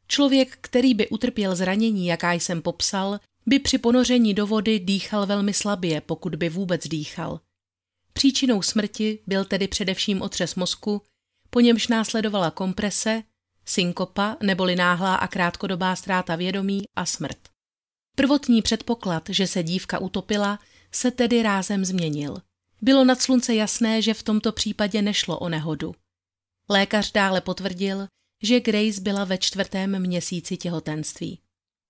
Člověk, který by utrpěl zranění, jaká jsem popsal, by při ponoření do vody dýchal velmi slabě, pokud by vůbec dýchal. Příčinou smrti byl tedy především otřes mozku, po němž následovala komprese, synkopa neboli náhlá a krátkodobá ztráta vědomí a smrt. Prvotní předpoklad, že se dívka utopila, se tedy rázem změnil. Bylo nad slunce jasné, že v tomto případě nešlo o nehodu. Lékař dále potvrdil, že Grace byla ve čtvrtém měsíci těhotenství.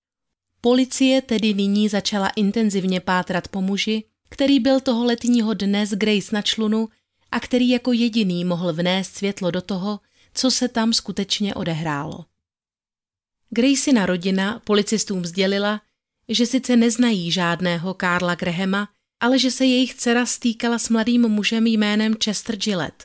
Policie tedy nyní začala intenzivně pátrat po muži, který byl toho letního dne z Grace na člunu a který jako jediný mohl vnést světlo do toho, co se tam skutečně odehrálo. Graceina rodina policistům sdělila, že sice neznají žádného Karla Grahama, ale že se jejich dcera stýkala s mladým mužem jménem Chester Gillett.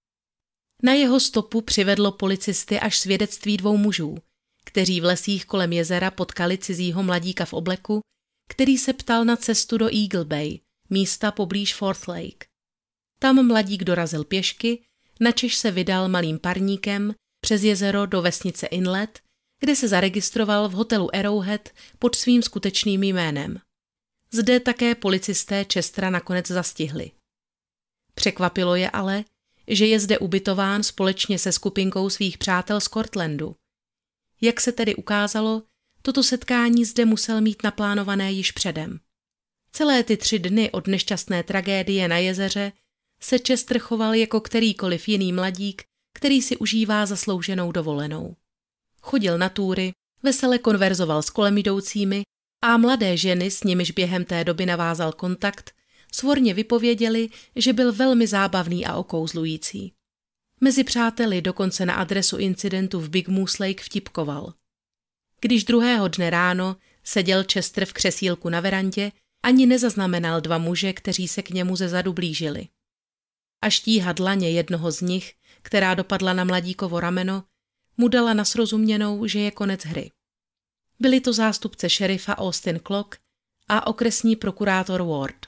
Na jeho stopu přivedlo policisty až svědectví dvou mužů, kteří v lesích kolem jezera potkali cizího mladíka v obleku, který se ptal na cestu do Eagle Bay, místa poblíž Fourth Lake. Tam mladík dorazil pěšky, načež se vydal malým parníkem přes jezero do vesnice Inlet, kde se zaregistroval v hotelu Arrowhead pod svým skutečným jménem. Zde také policisté Chestera nakonec zastihli. Překvapilo je ale, že je zde ubytován společně se skupinkou svých přátel z Cortlandu. Jak se tedy ukázalo, toto setkání zde musel mít naplánované již předem. Celé ty tři dny od nešťastné tragédie na jezeře se Chester choval jako kterýkoliv jiný mladík, který si užívá zaslouženou dovolenou. Chodil na túry, vesele konverzoval s kolem jdoucími a mladé ženy, s nimiž během té doby navázal kontakt, svorně vypověděli, že byl velmi zábavný a okouzlující. Mezi přáteli dokonce na adresu incidentu v Big Moose Lake vtipkoval. Když druhého dne ráno seděl Chester v křesílku na verandě, ani nezaznamenal dva muže, kteří se k němu ze zadu blížili. Až tíha dlaně jednoho z nich, která dopadla na mladíkovo rameno, mu dala na srozuměnou, že je konec hry. Byli to zástupce šerifa Austin Clock a okresní prokurátor Ward.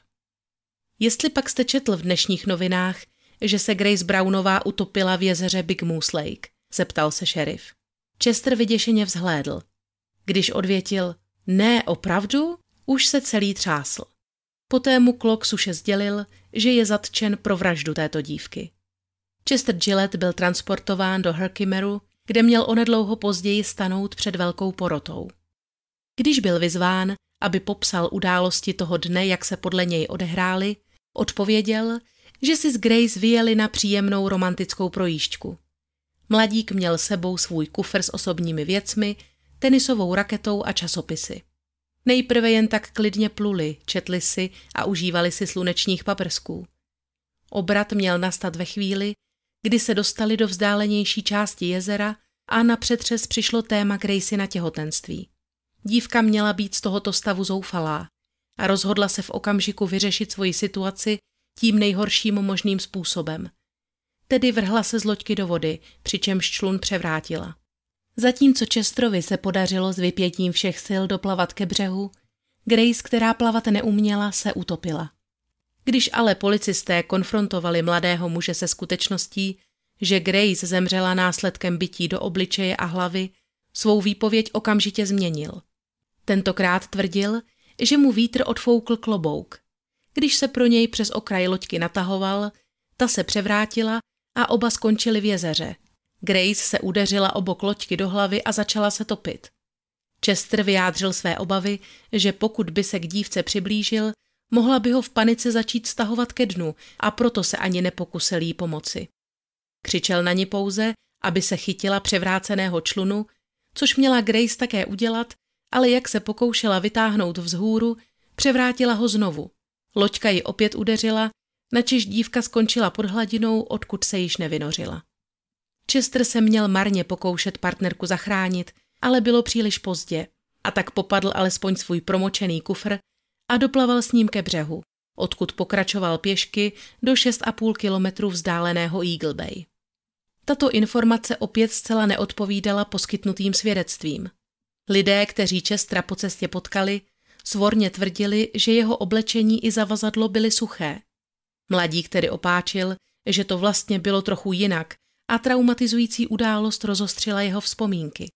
Jestli pak jste četl v dnešních novinách, že se Grace Brownová utopila v jezeře Big Moose Lake, zeptal se šerif. Chester vyděšeně vzhlédl. Když odvětil, ne, opravdu, už se celý třásl. Poté mu Clock suše sdělil, že je zatčen pro vraždu této dívky. Chester Gillett byl transportován do Herkimeru, kde měl onedlouho později stanout před velkou porotou. Když byl vyzván, aby popsal události toho dne, jak se podle něj odehrály, odpověděl, že si s Grace vyjeli na příjemnou romantickou projížďku. Mladík měl sebou svůj kufr s osobními věcmi, tenisovou raketou a časopisy. Nejprve jen tak klidně pluli, četli si a užívali si slunečních paprsků. Obrat měl nastat ve chvíli, kdy se dostali do vzdálenější části jezera a na přetřes přišlo téma Graceina na těhotenství. Dívka měla být z tohoto stavu zoufalá a rozhodla se v okamžiku vyřešit svoji situaci tím nejhorším možným způsobem. Tedy vrhla se z loďky do vody, přičemž člun převrátila. Zatímco Chesterovi se podařilo s vypětím všech sil doplavat ke břehu, Grace, která plavat neuměla, se utopila. Když ale policisté konfrontovali mladého muže se skutečností, že Grace zemřela následkem bití do obličeje a hlavy, svou výpověď okamžitě změnil. Tentokrát tvrdil, že mu vítr odfoukl klobouk. Když se pro něj přes okraj loďky natahoval, ta se převrátila a oba skončili v jezeře. Grace se udeřila o bok loďky do hlavy a začala se topit. Chester vyjádřil své obavy, že pokud by se k dívce přiblížil, mohla by ho v panice začít stahovat ke dnu a proto se ani nepokusil jí pomoci. Křičel na ní pouze, aby se chytila převráceného člunu, což měla Grace také udělat, ale jak se pokoušela vytáhnout vzhůru, převrátila ho znovu. Loďka ji opět udeřila, načež dívka skončila pod hladinou, odkud se již nevynořila. Chester se měl marně pokoušet partnerku zachránit, ale bylo příliš pozdě a tak popadl alespoň svůj promočený kufr a doplaval s ním ke břehu, odkud pokračoval pěšky do šest a půl kilometru vzdáleného Eagle Bay. Tato informace opět zcela neodpovídala poskytnutým svědectvím. Lidé, kteří Chestera po cestě potkali, svorně tvrdili, že jeho oblečení i zavazadlo byly suché. Mladík tedy opáčil, že to vlastně bylo trochu jinak a traumatizující událost rozostřila jeho vzpomínky.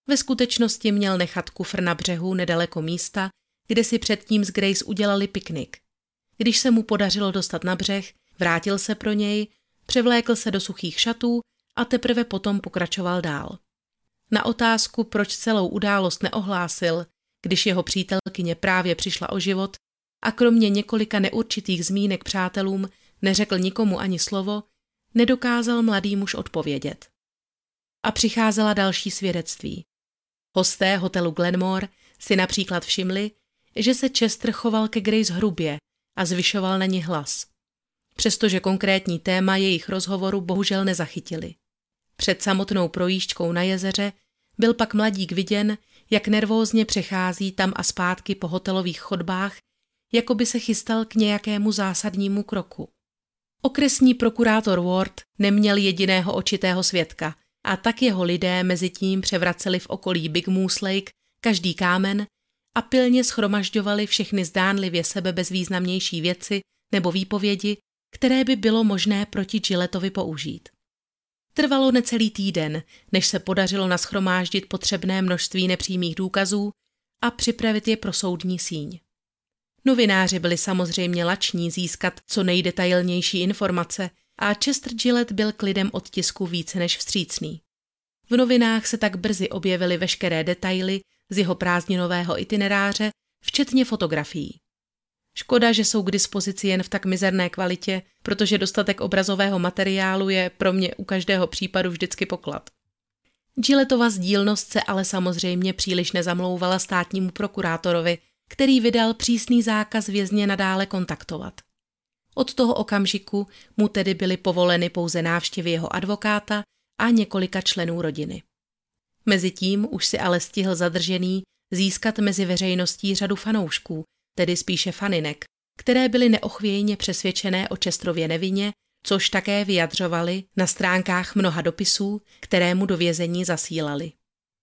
Ve skutečnosti měl nechat kufr na břehu nedaleko místa, kde si předtím s Grace udělali piknik. Když se mu podařilo dostat na břeh, vrátil se pro něj, převlékl se do suchých šatů a teprve potom pokračoval dál. Na otázku, proč celou událost neohlásil, když jeho přítelkyně právě přišla o život a kromě několika neurčitých zmínek přátelům neřekl nikomu ani slovo, nedokázal mladý muž odpovědět. A přicházela další svědectví. Hosté hotelu Glenmore si například všimli, že se Chester choval ke Grace hrubě a zvyšoval na ní hlas. Přestože konkrétní téma jejich rozhovoru bohužel nezachytili. Před samotnou projížďkou na jezeře byl pak mladík viděn, jak nervózně přechází tam a zpátky po hotelových chodbách, jako by se chystal k nějakému zásadnímu kroku. Okresní prokurátor Ward neměl jediného očitého svědka a tak jeho lidé mezitím převraceli v okolí Big Moose Lake každý kámen a pilně shromažďovali všechny zdánlivě sebebezvýznamnější věci nebo výpovědi, které by bylo možné proti Gillettovi použít. Trvalo necelý týden, než se podařilo nashromáždit potřebné množství nepřímých důkazů a připravit je pro soudní síň. Novináři byli samozřejmě lační získat co nejdetailnější informace a Chester Gillett byl k lidem od tisku více než vstřícný. V novinách se tak brzy objevily veškeré detaily z jeho prázdninového itineráře, včetně fotografií. Škoda, že jsou k dispozici jen v tak mizerné kvalitě, protože dostatek obrazového materiálu je pro mě u každého případu vždycky poklad. Gillettova sdílnost se ale samozřejmě příliš nezamlouvala státnímu prokurátorovi, který vydal přísný zákaz vězně nadále kontaktovat. Od toho okamžiku mu tedy byly povoleny pouze návštěvy jeho advokáta a několika členů rodiny. Mezitím už si ale stihl zadržený získat mezi veřejností řadu fanoušků, tedy spíše faninek, které byly neochvějně přesvědčené o Chesterově nevině, což také vyjadřovali na stránkách mnoha dopisů, které mu do vězení zasílali.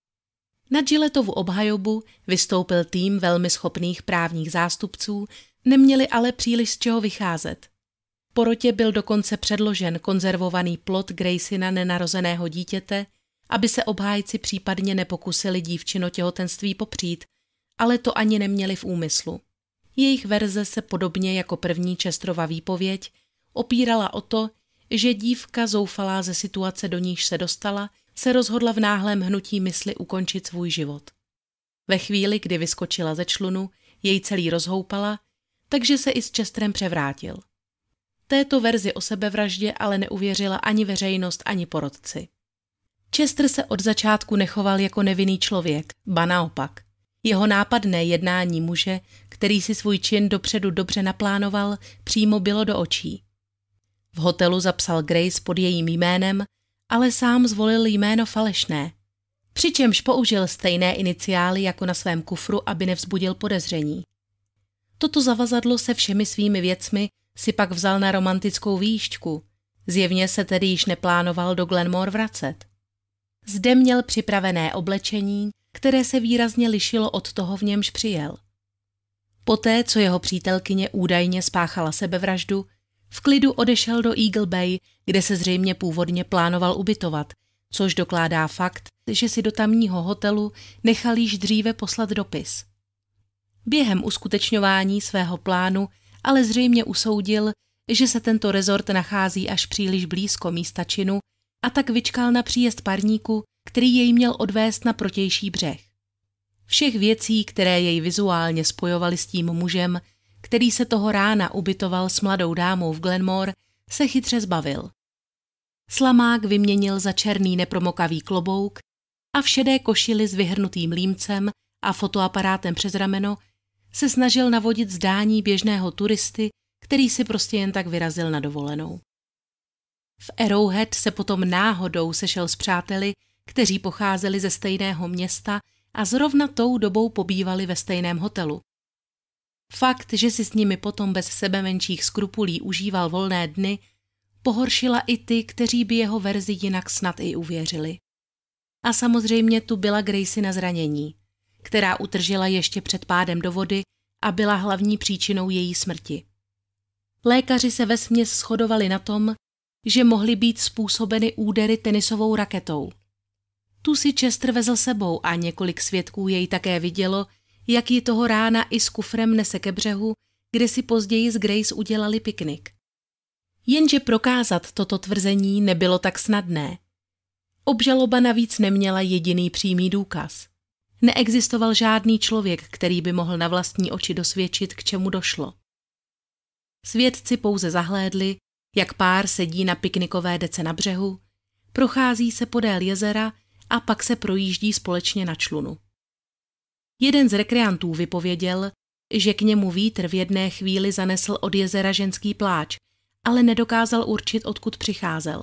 Na Gillettovu obhajobu vystoupil tým velmi schopných právních zástupců, neměli ale příliš z čeho vycházet. Porotě byl dokonce předložen konzervovaný plot Gracyna nenarozeného dítěte, aby se obhájci případně nepokusili dívčino těhotenství popřít, ale to ani neměli v úmyslu. Jejich verze se podobně jako první Chesterova výpověď opírala o to, že dívka zoufalá ze situace, do níž se dostala, se rozhodla v náhlém hnutí mysli ukončit svůj život. Ve chvíli, kdy vyskočila ze člunu, jej celý rozhoupala, takže se i s Chesterem převrátil. Této verzi o sebevraždě ale neuvěřila ani veřejnost, ani porotci. Chester se od začátku nechoval jako nevinný člověk, ba naopak. Jeho nápadné jednání muže, který si svůj čin dopředu dobře naplánoval, přímo bylo do očí. V hotelu zapsal Grace pod jejím jménem, ale sám zvolil jméno falešné, přičemž použil stejné iniciály jako na svém kufru, aby nevzbudil podezření. Toto zavazadlo se všemi svými věcmi si pak vzal na romantickou výjížďku, zjevně se tedy již neplánoval do Glenmore vracet. Zde měl připravené oblečení, které se výrazně lišilo od toho, v němž přijel. Poté, co jeho přítelkyně údajně spáchala sebevraždu, v klidu odešel do Eagle Bay, kde se zřejmě původně plánoval ubytovat, což dokládá fakt, že si do tamního hotelu nechal již dříve poslat dopis. Během uskutečňování svého plánu ale zřejmě usoudil, že se tento rezort nachází až příliš blízko místa činu a tak vyčkal na příjezd parníku, který jej měl odvést na protější břeh. Všech věcí, které jej vizuálně spojovaly s tím mužem, který se toho rána ubytoval s mladou dámou v Glenmore, se chytře zbavil. Slamák vyměnil za černý nepromokavý klobouk a v šedé košili s vyhrnutým límcem a fotoaparátem přes rameno se snažil navodit zdání běžného turisty, který si prostě jen tak vyrazil na dovolenou. V Arrowhead se potom náhodou sešel s přáteli, kteří pocházeli ze stejného města a zrovna tou dobou pobývali ve stejném hotelu. Fakt, že si s nimi potom bez sebemenších skrupulí užíval volné dny, pohoršila i ty, kteří by jeho verzi jinak snad i uvěřili. A samozřejmě tu byla Gracyna zranění, která utržila ještě před pádem do vody a byla hlavní příčinou její smrti. Lékaři se vesměs shodovali na tom, že mohly být způsobeny údery tenisovou raketou. Tu si Chester vezl sebou a několik svědků jej také vidělo, jak ji toho rána i s kufrem nese ke břehu, kde si později s Grace udělali piknik. Jenže prokázat toto tvrzení nebylo tak snadné. Obžaloba navíc neměla jediný přímý důkaz. Neexistoval žádný člověk, který by mohl na vlastní oči dosvědčit, k čemu došlo. Svědci pouze zahlédli, jak pár sedí na piknikové dece na břehu, prochází se podél jezera a pak se projíždí společně na člunu. Jeden z rekreantů vypověděl, že k němu vítr v jedné chvíli zanesl od jezera ženský pláč, ale nedokázal určit, odkud přicházel.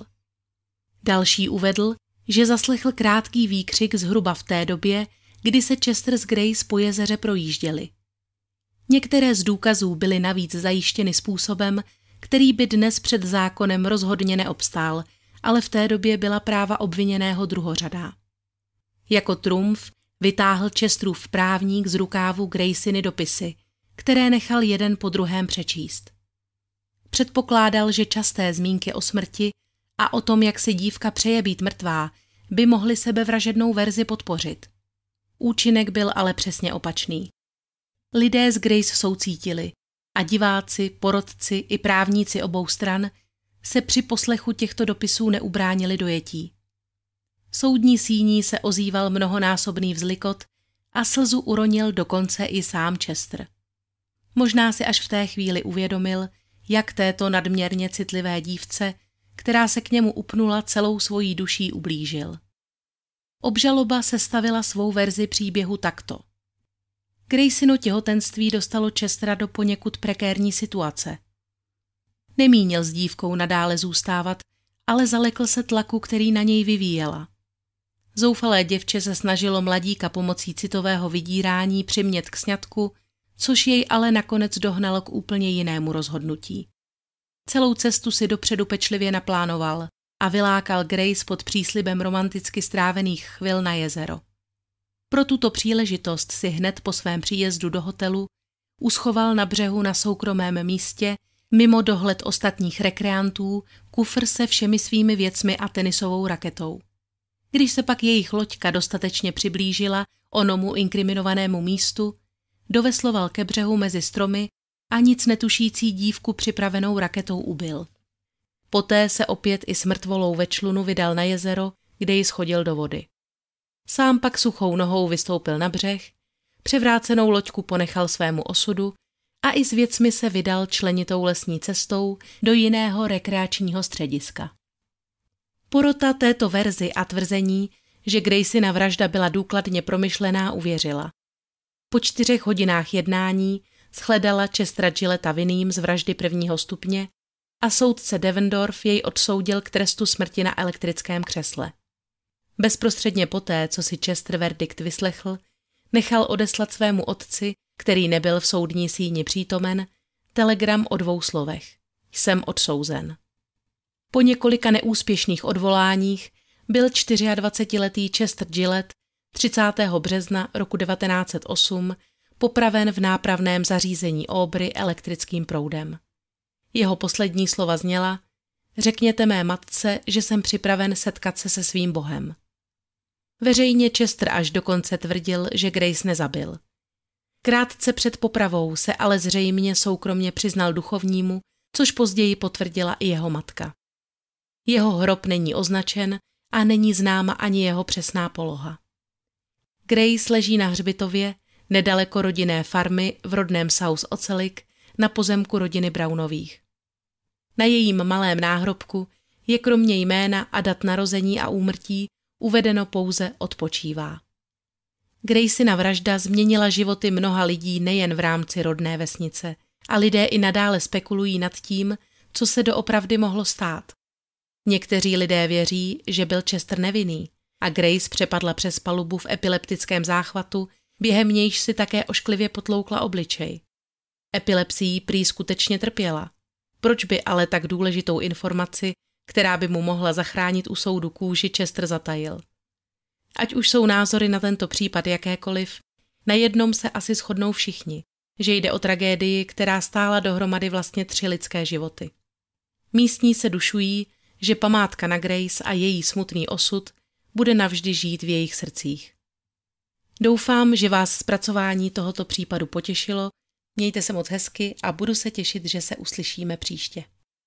Další uvedl, že zaslechl krátký výkřik zhruba v té době, kdy se Chester s Grace po jezeře projížděli. Některé z důkazů byly navíc zajištěny způsobem, který by dnes před zákonem rozhodně neobstál, ale v té době byla práva obviněného druhořadá. Jako trumf vytáhl Chesterův právník z rukávu Graciny dopisy, které nechal jeden po druhém přečíst. Předpokládal, že časté zmínky o smrti a o tom, jak si dívka přeje být mrtvá, by mohly sebevražednou verzi podpořit. Účinek byl ale přesně opačný. Lidé z Grace soucítili a diváci, porotci i právníci obou stran se při poslechu těchto dopisů neubránili dojetí. Soudní síní se ozýval mnohonásobný vzlikot a slzu uronil dokonce i sám Chester. Možná si až v té chvíli uvědomil, jak této nadměrně citlivé dívce, která se k němu upnula, celou svojí duší ublížil. Obžaloba sestavila svou verzi příběhu takto. Gracino těhotenství dostalo Chestera do poněkud prekérní situace. Nemínil s dívkou nadále zůstávat, ale zalekl se tlaku, který na něj vyvíjela. Zoufalé děvče se snažilo mladíka pomocí citového vydírání přimět k sňatku, což jej ale nakonec dohnalo k úplně jinému rozhodnutí. Celou cestu si dopředu pečlivě naplánoval a vylákal Grace pod příslibem romanticky strávených chvil na jezero. Pro tuto příležitost si hned po svém příjezdu do hotelu uschoval na břehu na soukromém místě, mimo dohled ostatních rekreantů, kufr se všemi svými věcmi a tenisovou raketou. Když se pak jejich loďka dostatečně přiblížila onomu inkriminovanému místu, dovesloval ke břehu mezi stromy a nic netušící dívku připravenou raketou ubil. Poté se opět i s mrtvolou ve člunu vydal na jezero, kde ji schodil do vody. Sám pak suchou nohou vystoupil na břeh, převrácenou loďku ponechal svému osudu a i s věcmi se vydal členitou lesní cestou do jiného rekreačního střediska. Porota této verzi a tvrzení, že Gracina vražda byla důkladně promyšlená, uvěřila. Po čtyřech hodinách jednání shledala Chestera Gilletta vinným z vraždy prvního stupně a soudce Devendorf jej odsoudil k trestu smrti na elektrickém křesle. Bezprostředně poté, co si Chester verdikt vyslechl, nechal odeslat svému otci, který nebyl v soudní síni přítomen, telegram o dvou slovech. Jsem odsouzen. Po několika neúspěšných odvoláních byl dvacetičtyřletý Chester Gillett třicátého března roku devatenáct set osm popraven v nápravném zařízení Aubrey elektrickým proudem. Jeho poslední slova zněla: řekněte mé matce, že jsem připraven setkat se se svým bohem. Veřejně Chester až dokonce tvrdil, že Grace nezabil. Krátce před popravou se ale zřejmě soukromně přiznal duchovnímu, což později potvrdila i jeho matka. Jeho hrob není označen a není známa ani jeho přesná poloha. Grace leží na hřbitově nedaleko rodinné farmy v rodném South Ocelik na pozemku rodiny Brownových. Na jejím malém náhrobku je kromě jména a dat narození a úmrtí uvedeno pouze odpočívá. Gracina vražda změnila životy mnoha lidí nejen v rámci rodné vesnice a lidé i nadále spekulují nad tím, co se doopravdy mohlo stát. Někteří lidé věří, že byl Chester nevinný a Grace přepadla přes palubu v epileptickém záchvatu, během nějž si také ošklivě potloukla obličej. Epilepsií prý skutečně trpěla. Proč by ale tak důležitou informaci, která by mu mohla zachránit u soudu kůži, Chester zatajil? Ať už jsou názory na tento případ jakékoliv, na jednom se asi shodnou všichni, že jde o tragédii, která stála dohromady vlastně tři lidské životy. Místní se dušují, že památka na Grace a její smutný osud bude navždy žít v jejich srdcích. Doufám, že vás zpracování tohoto případu potěšilo, mějte se moc hezky a budu se těšit, že se uslyšíme příště.